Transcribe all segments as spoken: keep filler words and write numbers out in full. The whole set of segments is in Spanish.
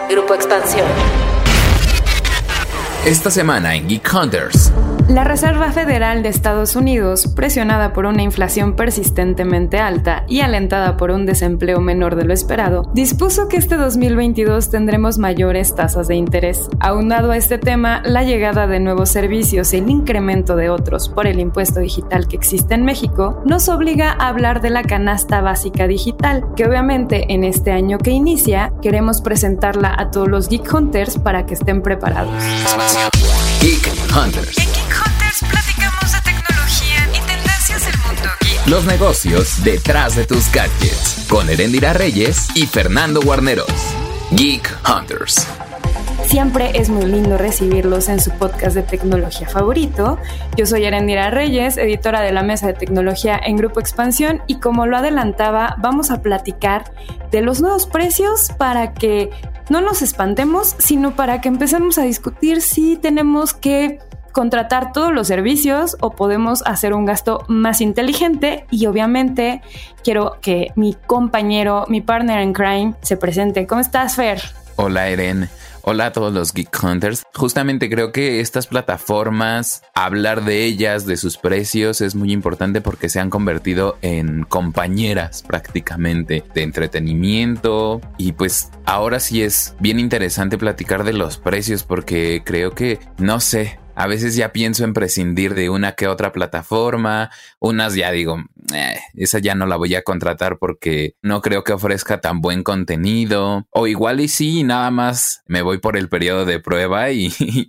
Grupo Expansión. Esta semana en Geek Hunters. La Reserva Federal de Estados Unidos, presionada por una inflación persistentemente alta y alentada por un desempleo menor de lo esperado, dispuso que este dos mil veintidós tendremos mayores tasas de interés. Aunado a este tema, la llegada de nuevos servicios y el incremento de otros por el impuesto digital que existe en México, nos obliga a hablar de la canasta básica digital, que obviamente en este año que inicia, queremos presentarla a todos los Geek Hunters para que estén preparados. Geek Hunters. Platicamos de tecnología y tendencias del mundo geek. Los negocios detrás de tus gadgets. Con Erendira Reyes y Fernando Guarneros. Geek Hunters. Siempre es muy lindo recibirlos en su podcast de tecnología favorito. Yo soy Erendira Reyes, editora de la mesa de tecnología en Grupo Expansión, y como lo adelantaba, vamos a platicar de los nuevos precios para que no nos espantemos, sino para que empecemos a discutir si tenemos que contratar todos los servicios o podemos hacer un gasto más inteligente. Y obviamente quiero que mi compañero, mi partner in crime, se presente. ¿Cómo estás, Fer? Hola, Eren. Hola a todos los Geek Hunters. Justamente creo que estas plataformas, hablar de ellas, de sus precios, es muy importante porque se han convertido en compañeras prácticamente de entretenimiento. Y pues ahora sí es bien interesante platicar de los precios porque creo que, no sé, a veces ya pienso en prescindir de una que otra plataforma. Unas ya digo, eh, esa ya no la voy a contratar porque no creo que ofrezca tan buen contenido. O igual y sí, nada más me voy por el periodo de prueba y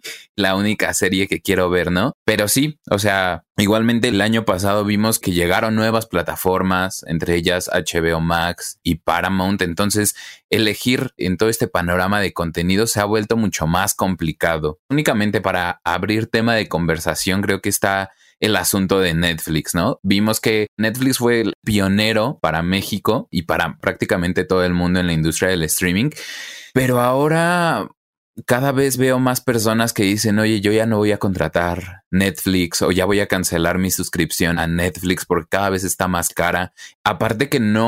la única serie que quiero ver, ¿no? Pero sí, o sea, igualmente el año pasado vimos que llegaron nuevas plataformas, entre ellas H B O Max y Paramount. Entonces, elegir en todo este panorama de contenido se ha vuelto mucho más complicado. Únicamente para abrir tema de conversación, creo que está el asunto de Netflix, ¿no? Vimos que Netflix fue el pionero para México y para prácticamente todo el mundo en la industria del streaming, pero ahora cada vez veo más personas que dicen, oye, yo ya no voy a contratar Netflix o ya voy a cancelar mi suscripción a Netflix porque cada vez está más cara. Aparte que no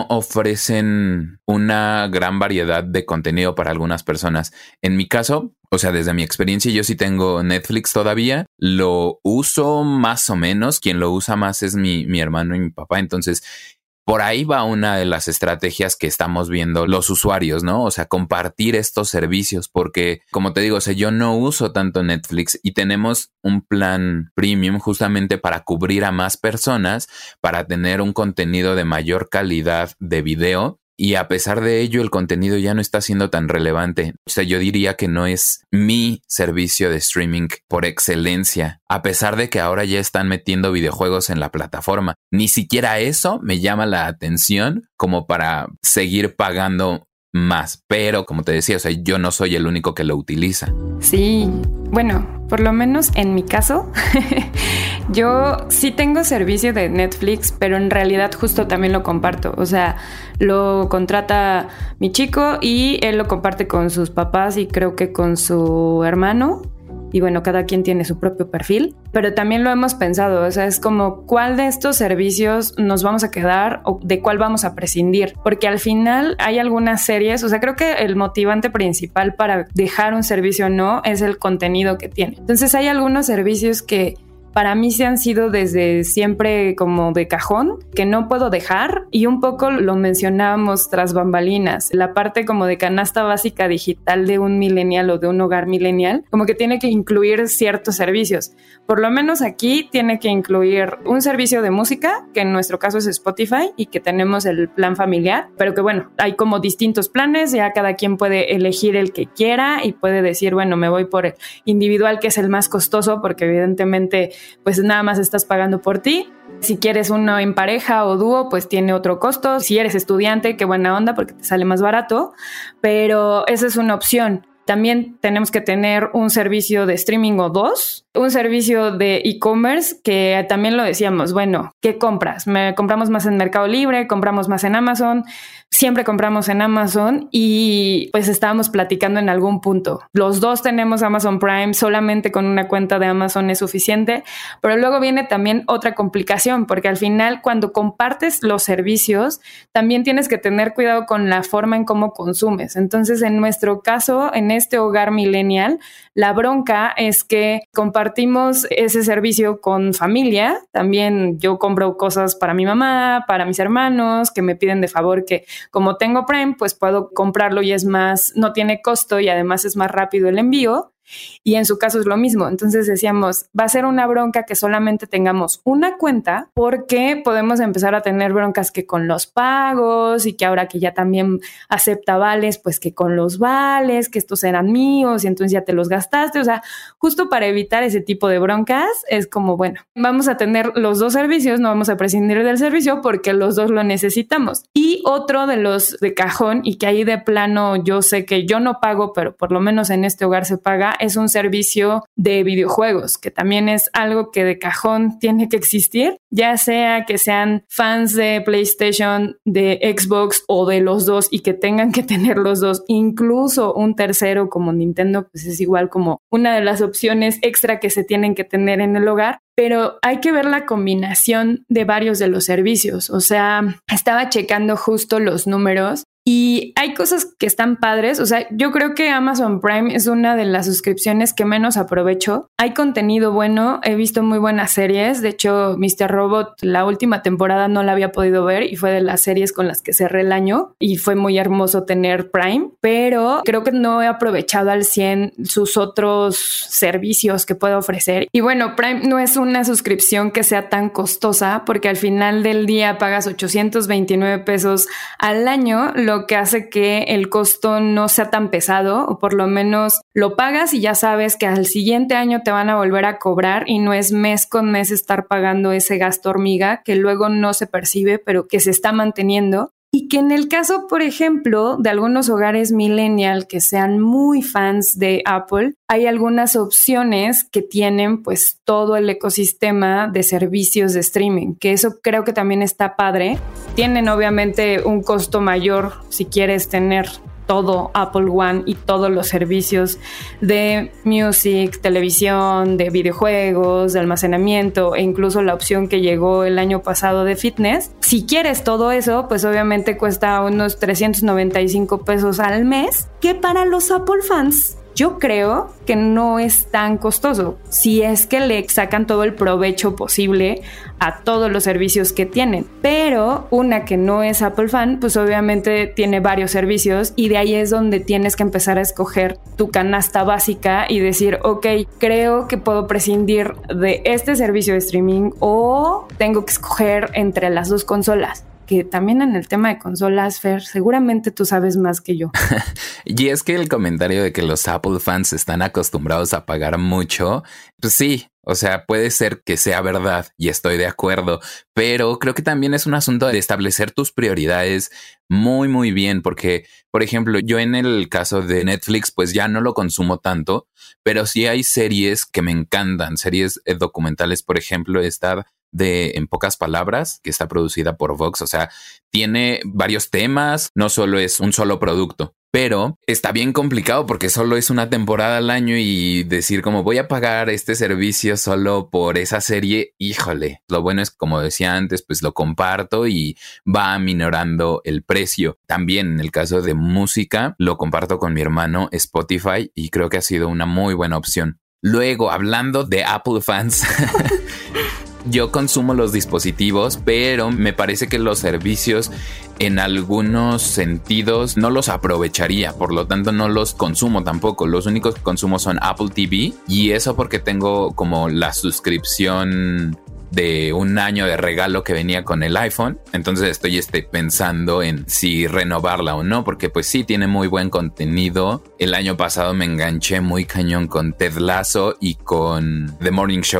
ofrecen una gran variedad de contenido para algunas personas. En mi caso, o sea, desde mi experiencia, yo sí tengo Netflix todavía. Lo uso más o menos. Quien lo usa más es mi, mi hermano y mi papá. Entonces, por ahí va una de las estrategias que estamos viendo los usuarios, ¿no? O sea, compartir estos servicios porque, como te digo, o sea, yo no uso tanto Netflix y tenemos un plan premium justamente para cubrir a más personas, para tener un contenido de mayor calidad de video. Y a pesar de ello, el contenido ya no está siendo tan relevante. O sea, yo diría que no es mi servicio de streaming por excelencia, a pesar de que ahora ya están metiendo videojuegos en la plataforma. Ni siquiera eso me llama la atención como para seguir pagando más. Pero, como te decía, o sea, yo no soy el único que lo utiliza. Sí, bueno, por lo menos en mi caso, yo sí tengo servicio de Netflix, pero en realidad justo también lo comparto. O sea, lo contrata mi chico y él lo comparte con sus papás y creo que con su hermano. Y bueno, cada quien tiene su propio perfil, pero también lo hemos pensado, o sea, es como cuál de estos servicios nos vamos a quedar o de cuál vamos a prescindir, porque al final hay algunas series, o sea, creo que el motivante principal para dejar un servicio o no es el contenido que tiene. Entonces hay algunos servicios que para mí se han sido desde siempre como de cajón, que no puedo dejar, y un poco lo mencionábamos tras bambalinas, la parte como de canasta básica digital de un millennial o de un hogar millennial, como que tiene que incluir ciertos servicios. Por lo menos aquí tiene que incluir un servicio de música, que en nuestro caso es Spotify, y que tenemos el plan familiar, pero que bueno, hay como distintos planes, ya cada quien puede elegir el que quiera y puede decir, bueno, me voy por el individual, que es el más costoso, porque evidentemente pues nada más estás pagando por ti. Si quieres uno en pareja o dúo, pues tiene otro costo. Si eres estudiante, qué buena onda porque te sale más barato, pero esa es una opción. También tenemos que tener un servicio de streaming o dos. un servicio de e-commerce que también lo decíamos, bueno, ¿qué compras? Me compramos más en Mercado Libre, compramos más en Amazon, siempre compramos en Amazon y pues estábamos platicando en algún punto. Los dos tenemos Amazon Prime, solamente con una cuenta de Amazon es suficiente, pero luego viene también otra complicación, porque al final cuando compartes los servicios, también tienes que tener cuidado con la forma en cómo consumes. Entonces, en nuestro caso, en este hogar millennial, la bronca es que compartimos ese servicio con familia. También yo compro cosas para mi mamá, para mis hermanos, que me piden de favor que como tengo Prime, pues puedo comprarlo y es más, no tiene costo y además es más rápido el envío. Y en su caso es lo mismo. Entonces decíamos, va a ser una bronca que solamente tengamos una cuenta porque podemos empezar a tener broncas que con los pagos y que ahora que ya también acepta vales, pues que con los vales, que estos eran míos y entonces ya te los gastaste. O sea, justo para evitar ese tipo de broncas es como, bueno, vamos a tener los dos servicios, no vamos a prescindir del servicio porque los dos lo necesitamos. Y otro de los de cajón y que ahí de plano yo sé que yo no pago, pero por lo menos en este hogar se paga, es un servicio de videojuegos, que también es algo que de cajón tiene que existir, ya sea que sean fans de PlayStation, de Xbox o de los dos y que tengan que tener los dos, incluso un tercero como Nintendo, pues es igual como una de las opciones extra que se tienen que tener en el hogar. Pero hay que ver la combinación de varios de los servicios. O sea, estaba checando justo los números y hay cosas que están padres. O sea, yo creo que Amazon Prime es una de las suscripciones que menos aprovecho. Hay contenido bueno, he visto muy buenas series. De hecho, míster Robot, la última temporada no la había podido ver y fue de las series con las que cerré el año y fue muy hermoso tener Prime, pero creo que no he aprovechado al cien sus otros servicios que puede ofrecer. Y bueno, Prime no es una suscripción que sea tan costosa porque al final del día pagas ochocientos veintinueve pesos al año, lo que hace que el costo no sea tan pesado, o por lo menos lo pagas y ya sabes que al siguiente año te van a volver a cobrar y no es mes con mes estar pagando ese gasto hormiga que luego no se percibe pero que se está manteniendo. Y que en el caso, por ejemplo, de algunos hogares millennial que sean muy fans de Apple, hay algunas opciones que tienen pues todo el ecosistema de servicios de streaming, que eso creo que también está padre. Tienen obviamente un costo mayor si quieres tener todo Apple One y todos los servicios de music, televisión, de videojuegos, de almacenamiento e incluso la opción que llegó el año pasado de fitness. Si quieres todo eso, pues obviamente cuesta unos trescientos noventa y cinco pesos al mes, que para los Apple fans yo creo que no es tan costoso si es que le sacan todo el provecho posible a todos los servicios que tienen. Pero una que no es Apple fan, pues obviamente tiene varios servicios y de ahí es donde tienes que empezar a escoger tu canasta básica y decir, ok, creo que puedo prescindir de este servicio de streaming o tengo que escoger entre las dos consolas. Que también en el tema de consolas, Fer, seguramente tú sabes más que yo. Y es que el comentario de que los Apple fans están acostumbrados a pagar mucho, pues sí, o sea, puede ser que sea verdad y estoy de acuerdo, pero creo que también es un asunto de establecer tus prioridades muy, muy bien, porque, por ejemplo, yo en el caso de Netflix, pues ya no lo consumo tanto, pero sí hay series que me encantan, series documentales, por ejemplo, esta de En pocas palabras, que está producida por Vox. O sea, tiene varios temas, no solo es un solo producto, pero está bien complicado porque solo es una temporada al año y decir como voy a pagar este servicio solo por esa serie, híjole, lo bueno es, como decía antes, pues lo comparto y va aminorando el precio. También en el caso de música, lo comparto con mi hermano Spotify y creo que ha sido una muy buena opción. Luego, hablando de Apple fans, yo consumo los dispositivos, pero me parece que los servicios en algunos sentidos no los aprovecharía, por lo tanto no los consumo tampoco. Los únicos que consumo son Apple T V y eso porque tengo como la suscripción de un año de regalo que venía con el iPhone. Entonces estoy este, pensando en si renovarla o no, porque pues sí tiene muy buen contenido. El año pasado me enganché muy cañón con Ted Lasso y con The Morning Show.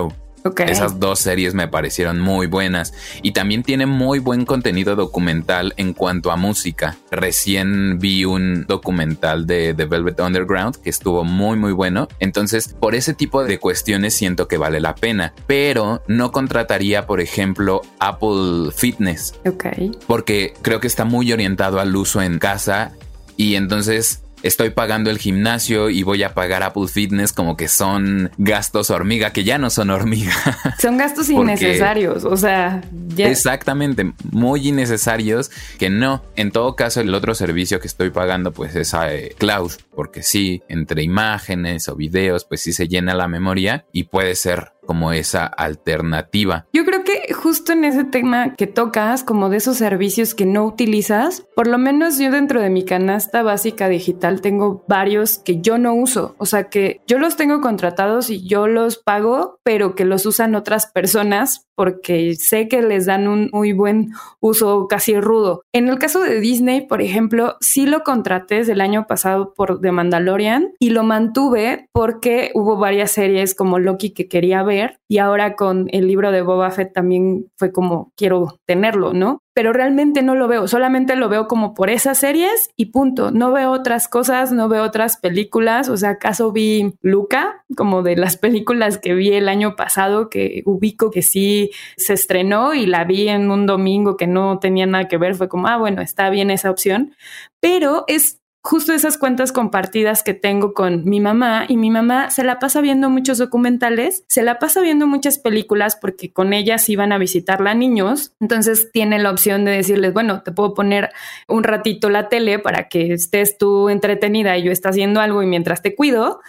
Okay. Esas dos series me parecieron muy buenas. Y también tiene muy buen contenido documental en cuanto a música. Recién vi un documental de The Velvet Underground que estuvo muy muy bueno. Entonces, por ese tipo de cuestiones siento que vale la pena. Pero no contrataría, por ejemplo, Apple Fitness. Ok. Porque creo que está muy orientado al uso en casa. Y entonces estoy pagando el gimnasio y voy a pagar Apple Fitness, como que son gastos hormiga, que ya no son hormiga. Son gastos innecesarios, o sea, ya. Exactamente, muy innecesarios, que no. En todo caso, el otro servicio que estoy pagando pues es a eh, Cloud, porque sí, entre imágenes o videos, pues sí se llena la memoria y puede ser como esa alternativa. Yo creo que justo en ese tema que tocas, como de esos servicios que no utilizas, por lo menos yo dentro de mi canasta básica digital tengo varios que yo no uso. O sea, que yo los tengo contratados y yo los pago, pero que los usan otras personas porque sé que les dan un muy buen uso casi rudo. En el caso de Disney, por ejemplo, sí lo contraté desde el año pasado por The Mandalorian y lo mantuve porque hubo varias series como Loki que quería ver y ahora con el libro de Boba Fett también fue como quiero tenerlo, ¿no? Pero realmente no lo veo, solamente lo veo como por esas series y punto. No veo otras cosas, no veo otras películas. O sea, acaso vi Luca, como de las películas que vi el año pasado, que ubico que sí se estrenó y la vi en un domingo que no tenía nada que ver. Fue como, ah, bueno, está bien esa opción. Pero es justo esas cuentas compartidas que tengo con mi mamá y mi mamá se la pasa viendo muchos documentales, se la pasa viendo muchas películas porque con ellas iban a visitarla niños, entonces tiene la opción de decirles, bueno, te puedo poner un ratito la tele para que estés tú entretenida y yo esté haciendo algo y mientras te cuido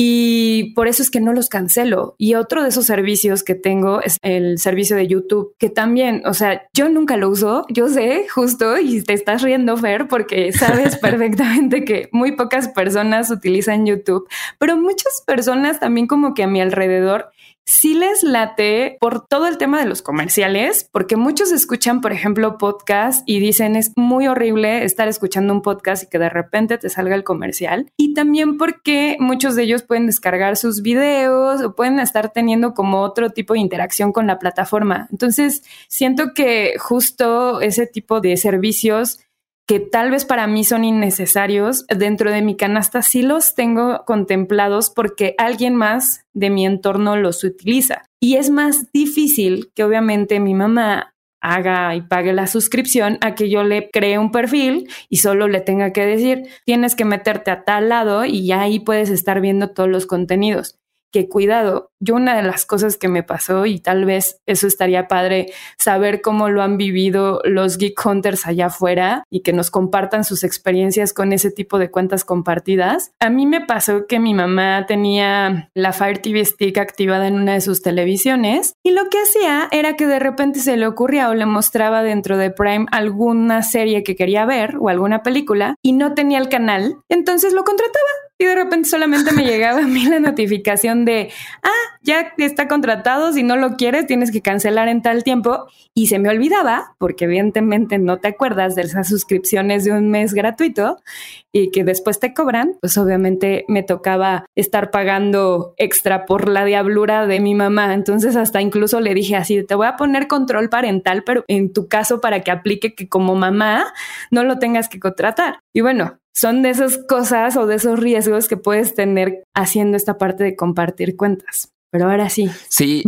y por eso es que no los cancelo. Y otro de esos servicios que tengo es el servicio de YouTube, que también, o sea, yo nunca lo uso, yo sé justo y te estás riendo, Fer, porque sabes perfectamente que muy pocas personas utilizan YouTube, pero muchas personas también como que a mi alrededor sí les late por todo el tema de los comerciales, porque muchos escuchan, por ejemplo, podcast y dicen es muy horrible estar escuchando un podcast y que de repente te salga el comercial. Y también porque muchos de ellos pueden descargar sus videos o pueden estar teniendo como otro tipo de interacción con la plataforma. Entonces, siento que justo ese tipo de servicios que tal vez para mí son innecesarios, dentro de mi canasta sí los tengo contemplados porque alguien más de mi entorno los utiliza. Y es más difícil que obviamente mi mamá haga y pague la suscripción a que yo le cree un perfil y solo le tenga que decir, tienes que meterte a tal lado y ya ahí puedes estar viendo todos los contenidos. Que cuidado, yo una de las cosas que me pasó y tal vez eso estaría padre saber cómo lo han vivido los Geek Hunters allá afuera y que nos compartan sus experiencias con ese tipo de cuentas compartidas. A mí me pasó que mi mamá tenía la Fire T V Stick activada en una de sus televisiones y lo que hacía era que de repente se le ocurría o le mostraba dentro de Prime alguna serie que quería ver o alguna película y no tenía el canal, entonces lo contrataba. Y de repente solamente me llegaba a mí la notificación de, ah, ya está contratado, si no lo quieres tienes que cancelar en tal tiempo. Y se me olvidaba, porque evidentemente no te acuerdas de esas suscripciones de un mes gratuito y que después te cobran, pues obviamente me tocaba estar pagando extra por la diablura de mi mamá. Entonces hasta incluso le dije así, te voy a poner control parental, pero en tu caso para que aplique que como mamá no lo tengas que contratar. Y bueno, son de esas cosas o de esos riesgos que puedes tener haciendo esta parte de compartir cuentas. Pero ahora sí. Sí,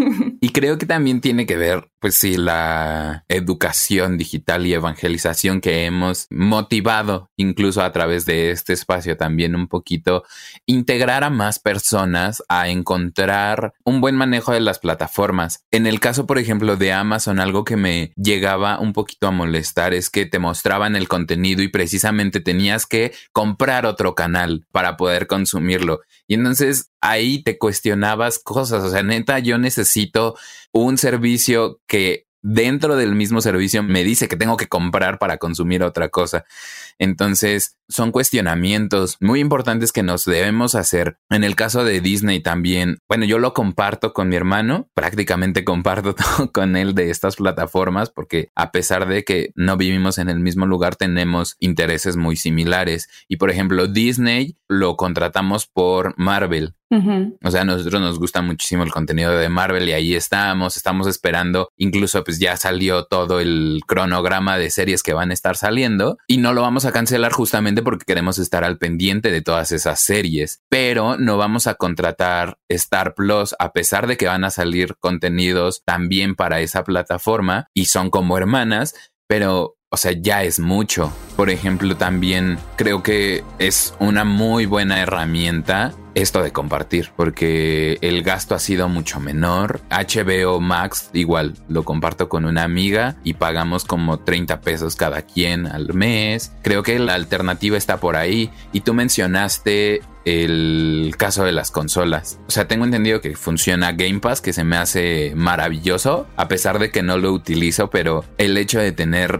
y creo que también tiene que ver, pues sí, la educación digital y evangelización que hemos motivado, incluso a través de este espacio también un poquito, integrar a más personas a encontrar un buen manejo de las plataformas. En el caso, por ejemplo, de Amazon, algo que me llegaba un poquito a molestar es que te mostraban el contenido y precisamente tenías que comprar otro canal para poder consumirlo. Y entonces ahí te cuestionabas cosas. O sea, neta, yo necesito un servicio que dentro del mismo servicio me dice que tengo que comprar para consumir otra cosa. Entonces son cuestionamientos muy importantes que nos debemos hacer. En el caso de Disney también, bueno, yo lo comparto con mi hermano, prácticamente comparto todo con él de estas plataformas porque a pesar de que no vivimos en el mismo lugar, tenemos intereses muy similares. Y por ejemplo, Disney lo contratamos por Marvel. Uh-huh. O sea, a nosotros nos gusta muchísimo el contenido de Marvel y ahí estamos, estamos esperando, incluso pues ya salió todo el cronograma de series que van a estar saliendo y no lo vamos a cancelar justamente porque queremos estar al pendiente de todas esas series, pero no vamos a contratar Star Plus a pesar de que van a salir contenidos también para esa plataforma y son como hermanas, pero o sea, ya es mucho. Por ejemplo, también creo que es una muy buena herramienta esto de compartir, porque el gasto ha sido mucho menor. H B O Max igual lo comparto con una amiga y pagamos como treinta pesos cada quien al mes. Creo que la alternativa está por ahí. Y tú mencionaste el caso de las consolas. O sea, tengo entendido que funciona Game Pass, que se me hace maravilloso, a pesar de que no lo utilizo, pero el hecho de tener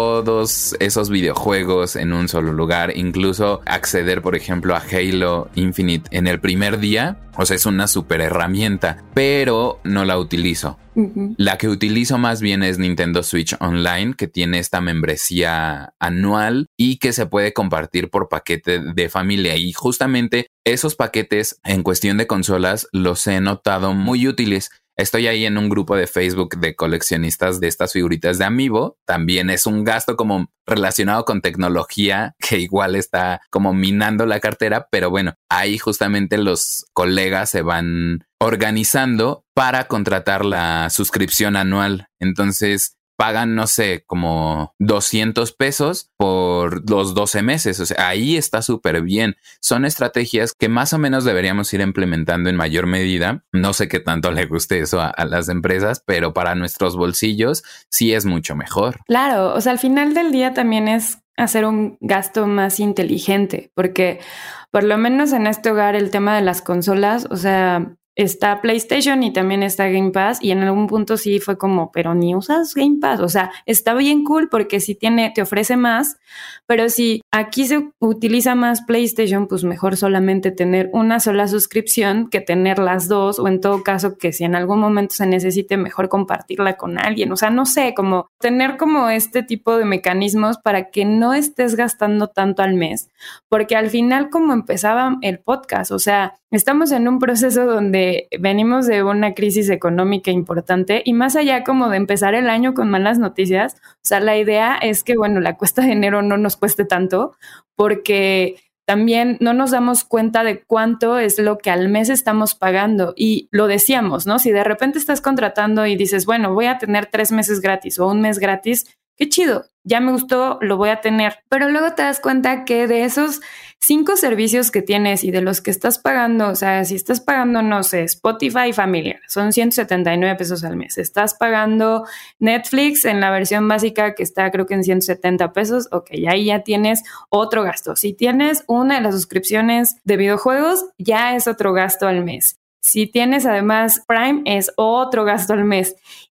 todos esos videojuegos en un solo lugar, incluso acceder, por ejemplo, a Halo Infinite en el primer día, o sea, es una super herramienta, pero no la utilizo. Uh-huh. La que utilizo más bien es Nintendo Switch Online, que tiene esta membresía anual y que se puede compartir por paquete de familia. Y justamente esos paquetes en cuestión de consolas los he notado muy útiles. Estoy ahí en un grupo de Facebook de coleccionistas de estas figuritas de Amiibo. También es un gasto como relacionado con tecnología que igual está como minando la cartera. Pero bueno, ahí justamente los colegas se van organizando para contratar la suscripción anual. Entonces pagan, no sé, como doscientos pesos por los doce meses. O sea, ahí está súper bien. Son estrategias que más o menos deberíamos ir implementando en mayor medida. No sé qué tanto le guste eso a, a las empresas, pero para nuestros bolsillos sí es mucho mejor. Claro, o sea, al final del día también es hacer un gasto más inteligente, porque por lo menos en este hogar el tema de las consolas, o sea, está PlayStation y también está Game Pass, y en algún punto sí fue como, pero ni usas Game Pass, o sea, está bien cool porque sí tiene, te ofrece más, pero si aquí se utiliza más PlayStation, pues mejor solamente tener una sola suscripción que tener las dos, o en todo caso que si en algún momento se necesite, mejor compartirla con alguien, o sea, no sé, como tener como este tipo de mecanismos para que no estés gastando tanto al mes, porque al final como empezaba el podcast, o sea, estamos en un proceso donde venimos de una crisis económica importante y más allá como de empezar el año con malas noticias, o sea, la idea es que, bueno, la cuesta de enero no nos cueste tanto porque también no nos damos cuenta de cuánto es lo que al mes estamos pagando y lo decíamos, ¿no? Si de repente estás contratando y dices, bueno, voy a tener tres meses gratis o un mes gratis, qué chido, ya me gustó, lo voy a tener. Pero luego te das cuenta que de esos cinco servicios que tienes y de los que estás pagando, o sea, si estás pagando, no sé, Spotify Familiar, son ciento setenta y nueve pesos al mes. Estás pagando Netflix en la versión básica que está creo que en ciento setenta pesos, ok, ahí ya tienes otro gasto. Si tienes una de las suscripciones de videojuegos, ya es otro gasto al mes. Si tienes además Prime, es otro gasto al mes.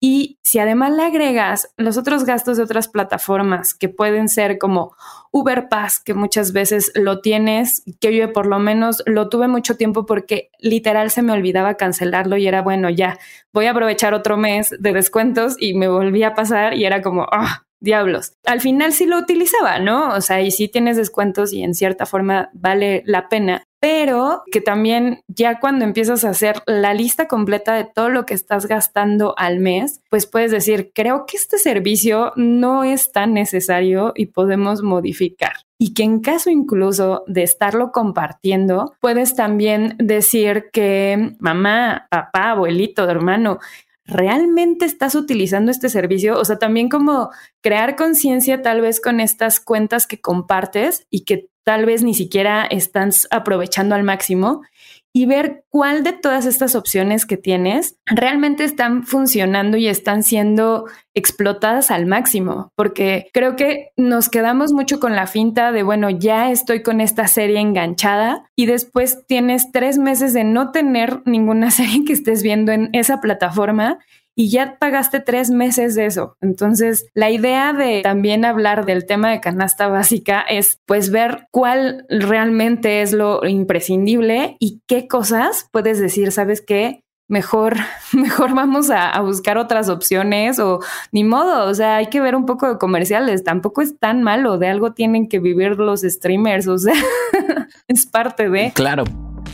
Y si además le agregas los otros gastos de otras plataformas que pueden ser como Uber Pass, que muchas veces lo tienes, que yo por lo menos lo tuve mucho tiempo porque literal se me olvidaba cancelarlo y era bueno, ya voy a aprovechar otro mes de descuentos y me volví a pasar y era como, ah, oh, diablos. Al final sí lo utilizaba, ¿no? O sea, y sí tienes descuentos y en cierta forma vale la pena, pero que también ya cuando empiezas a hacer la lista completa de todo lo que estás gastando al mes, pues puedes decir, creo que este servicio no es tan necesario y podemos modificar. Y que en caso incluso de estarlo compartiendo, puedes también decir que mamá, papá, abuelito, hermano, ¿realmente estás utilizando este servicio? O sea, también como crear conciencia tal vez con estas cuentas que compartes y que tal vez ni siquiera estás aprovechando al máximo y ver cuál de todas estas opciones que tienes realmente están funcionando y están siendo explotadas al máximo, porque creo que nos quedamos mucho con la finta de, bueno, ya estoy con esta serie enganchada y después tienes tres meses de no tener ninguna serie que estés viendo en esa plataforma y ya pagaste tres meses de eso. Entonces, la idea de también hablar del tema de canasta básica es pues ver cuál realmente es lo imprescindible y qué cosas puedes decir, ¿sabes qué? Mejor, mejor vamos a, a buscar otras opciones o ni modo, o sea, hay que ver un poco de comerciales, tampoco es tan malo, de algo tienen que vivir los streamers, o sea, es parte de... Claro.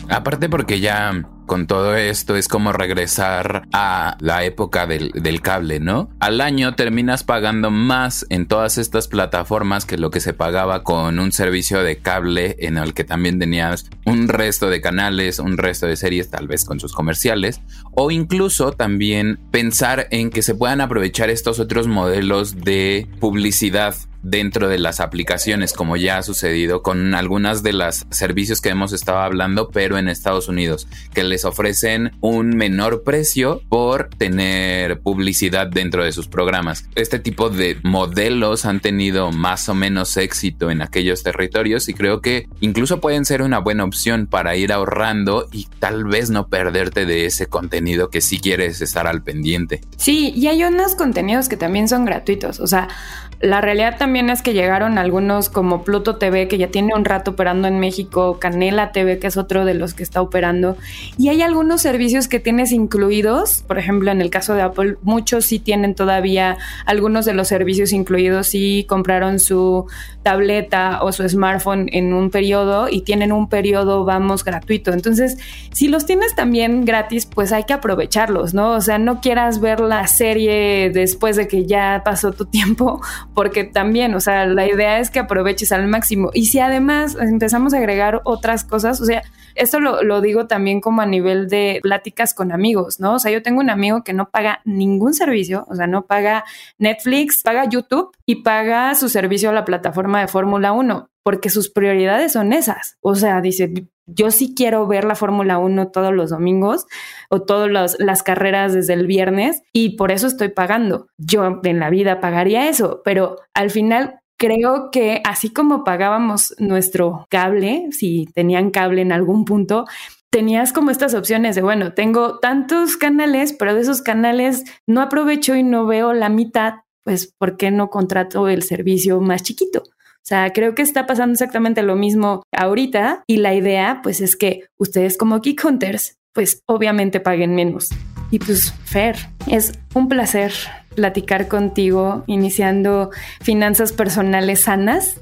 Aparte porque ya con todo esto es como regresar a la época del, del cable, ¿no? Al año terminas pagando más en todas estas plataformas que lo que se pagaba con un servicio de cable en el que también tenías un resto de canales, un resto de series, tal vez con sus comerciales, o incluso también pensar en que se puedan aprovechar estos otros modelos de publicidad dentro de las aplicaciones, como ya ha sucedido con algunas de los servicios que hemos estado hablando, pero en Estados Unidos, que les ofrecen un menor precio por tener publicidad dentro de sus programas. Este tipo de modelos han tenido más o menos éxito en aquellos territorios y creo que incluso pueden ser una buena opción para ir ahorrando y tal vez no perderte de ese contenido que sí quieres estar al pendiente. Sí, y hay unos contenidos que también son gratuitos, o sea, la realidad también es que llegaron algunos como Pluto T V, que ya tiene un rato operando en México, Canela T V, que es otro de los que está operando, y hay algunos servicios que tienes incluidos. Por ejemplo, en el caso de Apple, muchos sí tienen todavía algunos de los servicios incluidos si compraron su tableta o su smartphone en un periodo y tienen un periodo, vamos, gratuito. Entonces, si los tienes también gratis, pues hay que aprovecharlos, ¿no? O sea, no quieras ver la serie después de que ya pasó tu tiempo, porque también, o sea, la idea es que aproveches al máximo. Y si además empezamos a agregar otras cosas, o sea, esto lo, lo digo también como a nivel de pláticas con amigos, ¿no? O sea, yo tengo un amigo que no paga ningún servicio, o sea, no paga Netflix, paga YouTube y paga su servicio a la plataforma de Fórmula uno, porque sus prioridades son esas. O sea, dice, yo sí quiero ver la Fórmula uno todos los domingos o todas los, las carreras desde el viernes y por eso estoy pagando. Yo en la vida pagaría eso, pero al final creo que así como pagábamos nuestro cable, si tenían cable en algún punto, tenías como estas opciones de, bueno, tengo tantos canales, pero de esos canales no aprovecho y no veo la mitad, pues ¿por qué no contrato el servicio más chiquito? O sea, creo que está pasando exactamente lo mismo ahorita y la idea pues es que ustedes como Geek Hunters pues obviamente paguen menos. Y pues Fer, es un placer platicar contigo iniciando finanzas personales sanas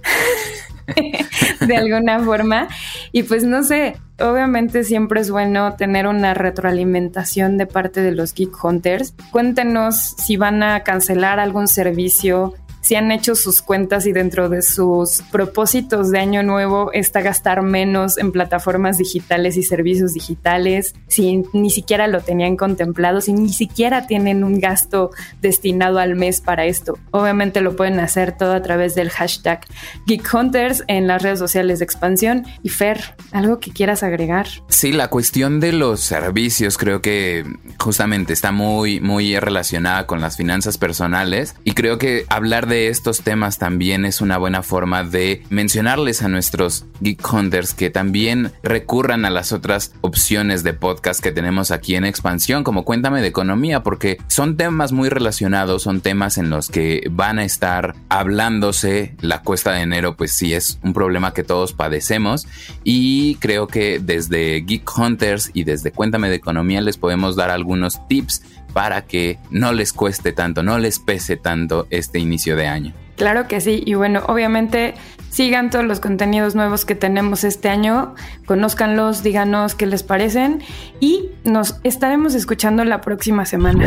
de alguna forma. Y pues no sé, obviamente siempre es bueno tener una retroalimentación de parte de los Geek Hunters. Cuéntenos si van a cancelar algún servicio, si han hecho sus cuentas y dentro de sus propósitos de año nuevo está gastar menos en plataformas digitales y servicios digitales, si ni siquiera lo tenían contemplado, si ni siquiera tienen un gasto destinado al mes para esto. Obviamente lo pueden hacer todo a través del hashtag Geek Hunters en las redes sociales de Expansión. Y Fer, ¿algo que quieras agregar? Sí, la cuestión de los servicios creo que justamente está muy, muy relacionada con las finanzas personales y creo que hablar de de estos temas también es una buena forma de mencionarles a nuestros Geek Hunters que también recurran a las otras opciones de podcast que tenemos aquí en Expansión, como Cuéntame de Economía, porque son temas muy relacionados, son temas en los que van a estar hablándose. La cuesta de enero pues sí es un problema que todos padecemos y creo que desde Geek Hunters y desde Cuéntame de Economía les podemos dar algunos tips para que no les cueste tanto, no les pese tanto este inicio de año. Claro que sí, y bueno, obviamente sigan todos los contenidos nuevos que tenemos este año, conózcanlos, díganos qué les parecen y nos estaremos escuchando la próxima semana.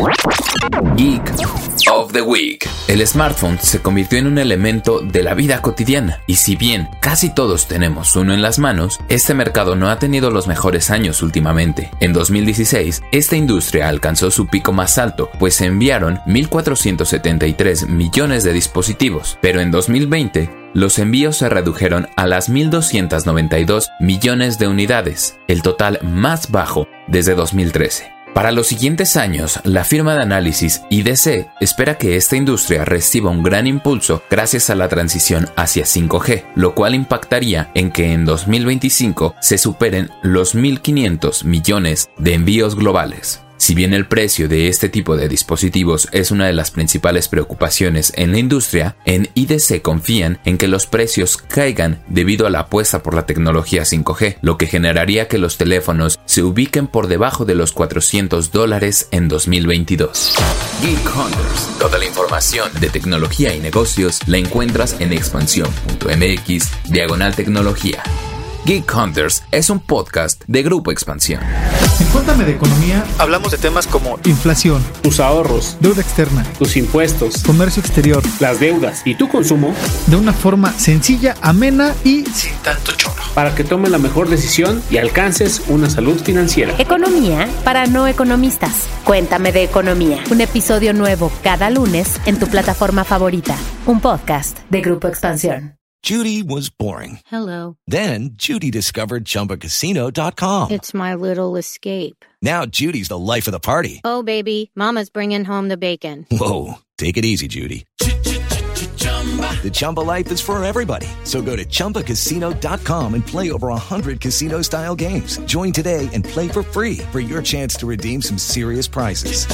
Geek of the Week. El smartphone se convirtió en un elemento de la vida cotidiana y si bien casi todos tenemos uno en las manos, este mercado no ha tenido los mejores años últimamente. En dos mil dieciséis, esta industria alcanzó su pico más alto, pues se enviaron mil cuatrocientos setenta y tres millones de dispositivos, pero en dos mil veinte los envíos se redujeron a las mil doscientos noventa y dos millones de unidades, el total más bajo desde dos mil trece. Para los siguientes años, la firma de análisis I D C espera que esta industria reciba un gran impulso gracias a la transición hacia cinco G, lo cual impactaría en que en dos mil veinticinco se superen los mil quinientos millones de envíos globales. Si bien el precio de este tipo de dispositivos es una de las principales preocupaciones en la industria, en I D C confían en que los precios caigan debido a la apuesta por la tecnología cinco G, lo que generaría que los teléfonos se ubiquen por debajo de los cuatrocientos dólares en dos mil veintidós. Geek Hunters. Toda la información de tecnología y negocios la encuentras en expansión punto m x diagonal tecnología. Geek Hunters es un podcast de Grupo Expansión. En Cuéntame de Economía hablamos de temas como inflación, tus ahorros, deuda externa, tus impuestos, comercio exterior, las deudas y tu consumo de una forma sencilla, amena y sin tanto choro, para que tomes la mejor decisión y alcances una salud financiera. Economía para no economistas. Cuéntame de Economía. Un episodio nuevo cada lunes en tu plataforma favorita. Un podcast de Grupo Expansión. Judy was boring. Hello. Then Judy discovered Chumba Casino dot com. It's my little escape. Now Judy's the life of the party. Oh, baby, mama's bringing home the bacon. Whoa, take it easy, Judy. The Chumba life is for everybody. So go to Chumba Casino dot com and play over one hundred casino-style games. Join today and play for free for your chance to redeem some serious prizes.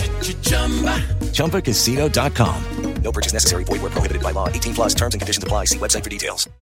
Chumba Casino dot com. No purchase necessary. Void where prohibited by law. eighteen plus terms and conditions apply. See website for details.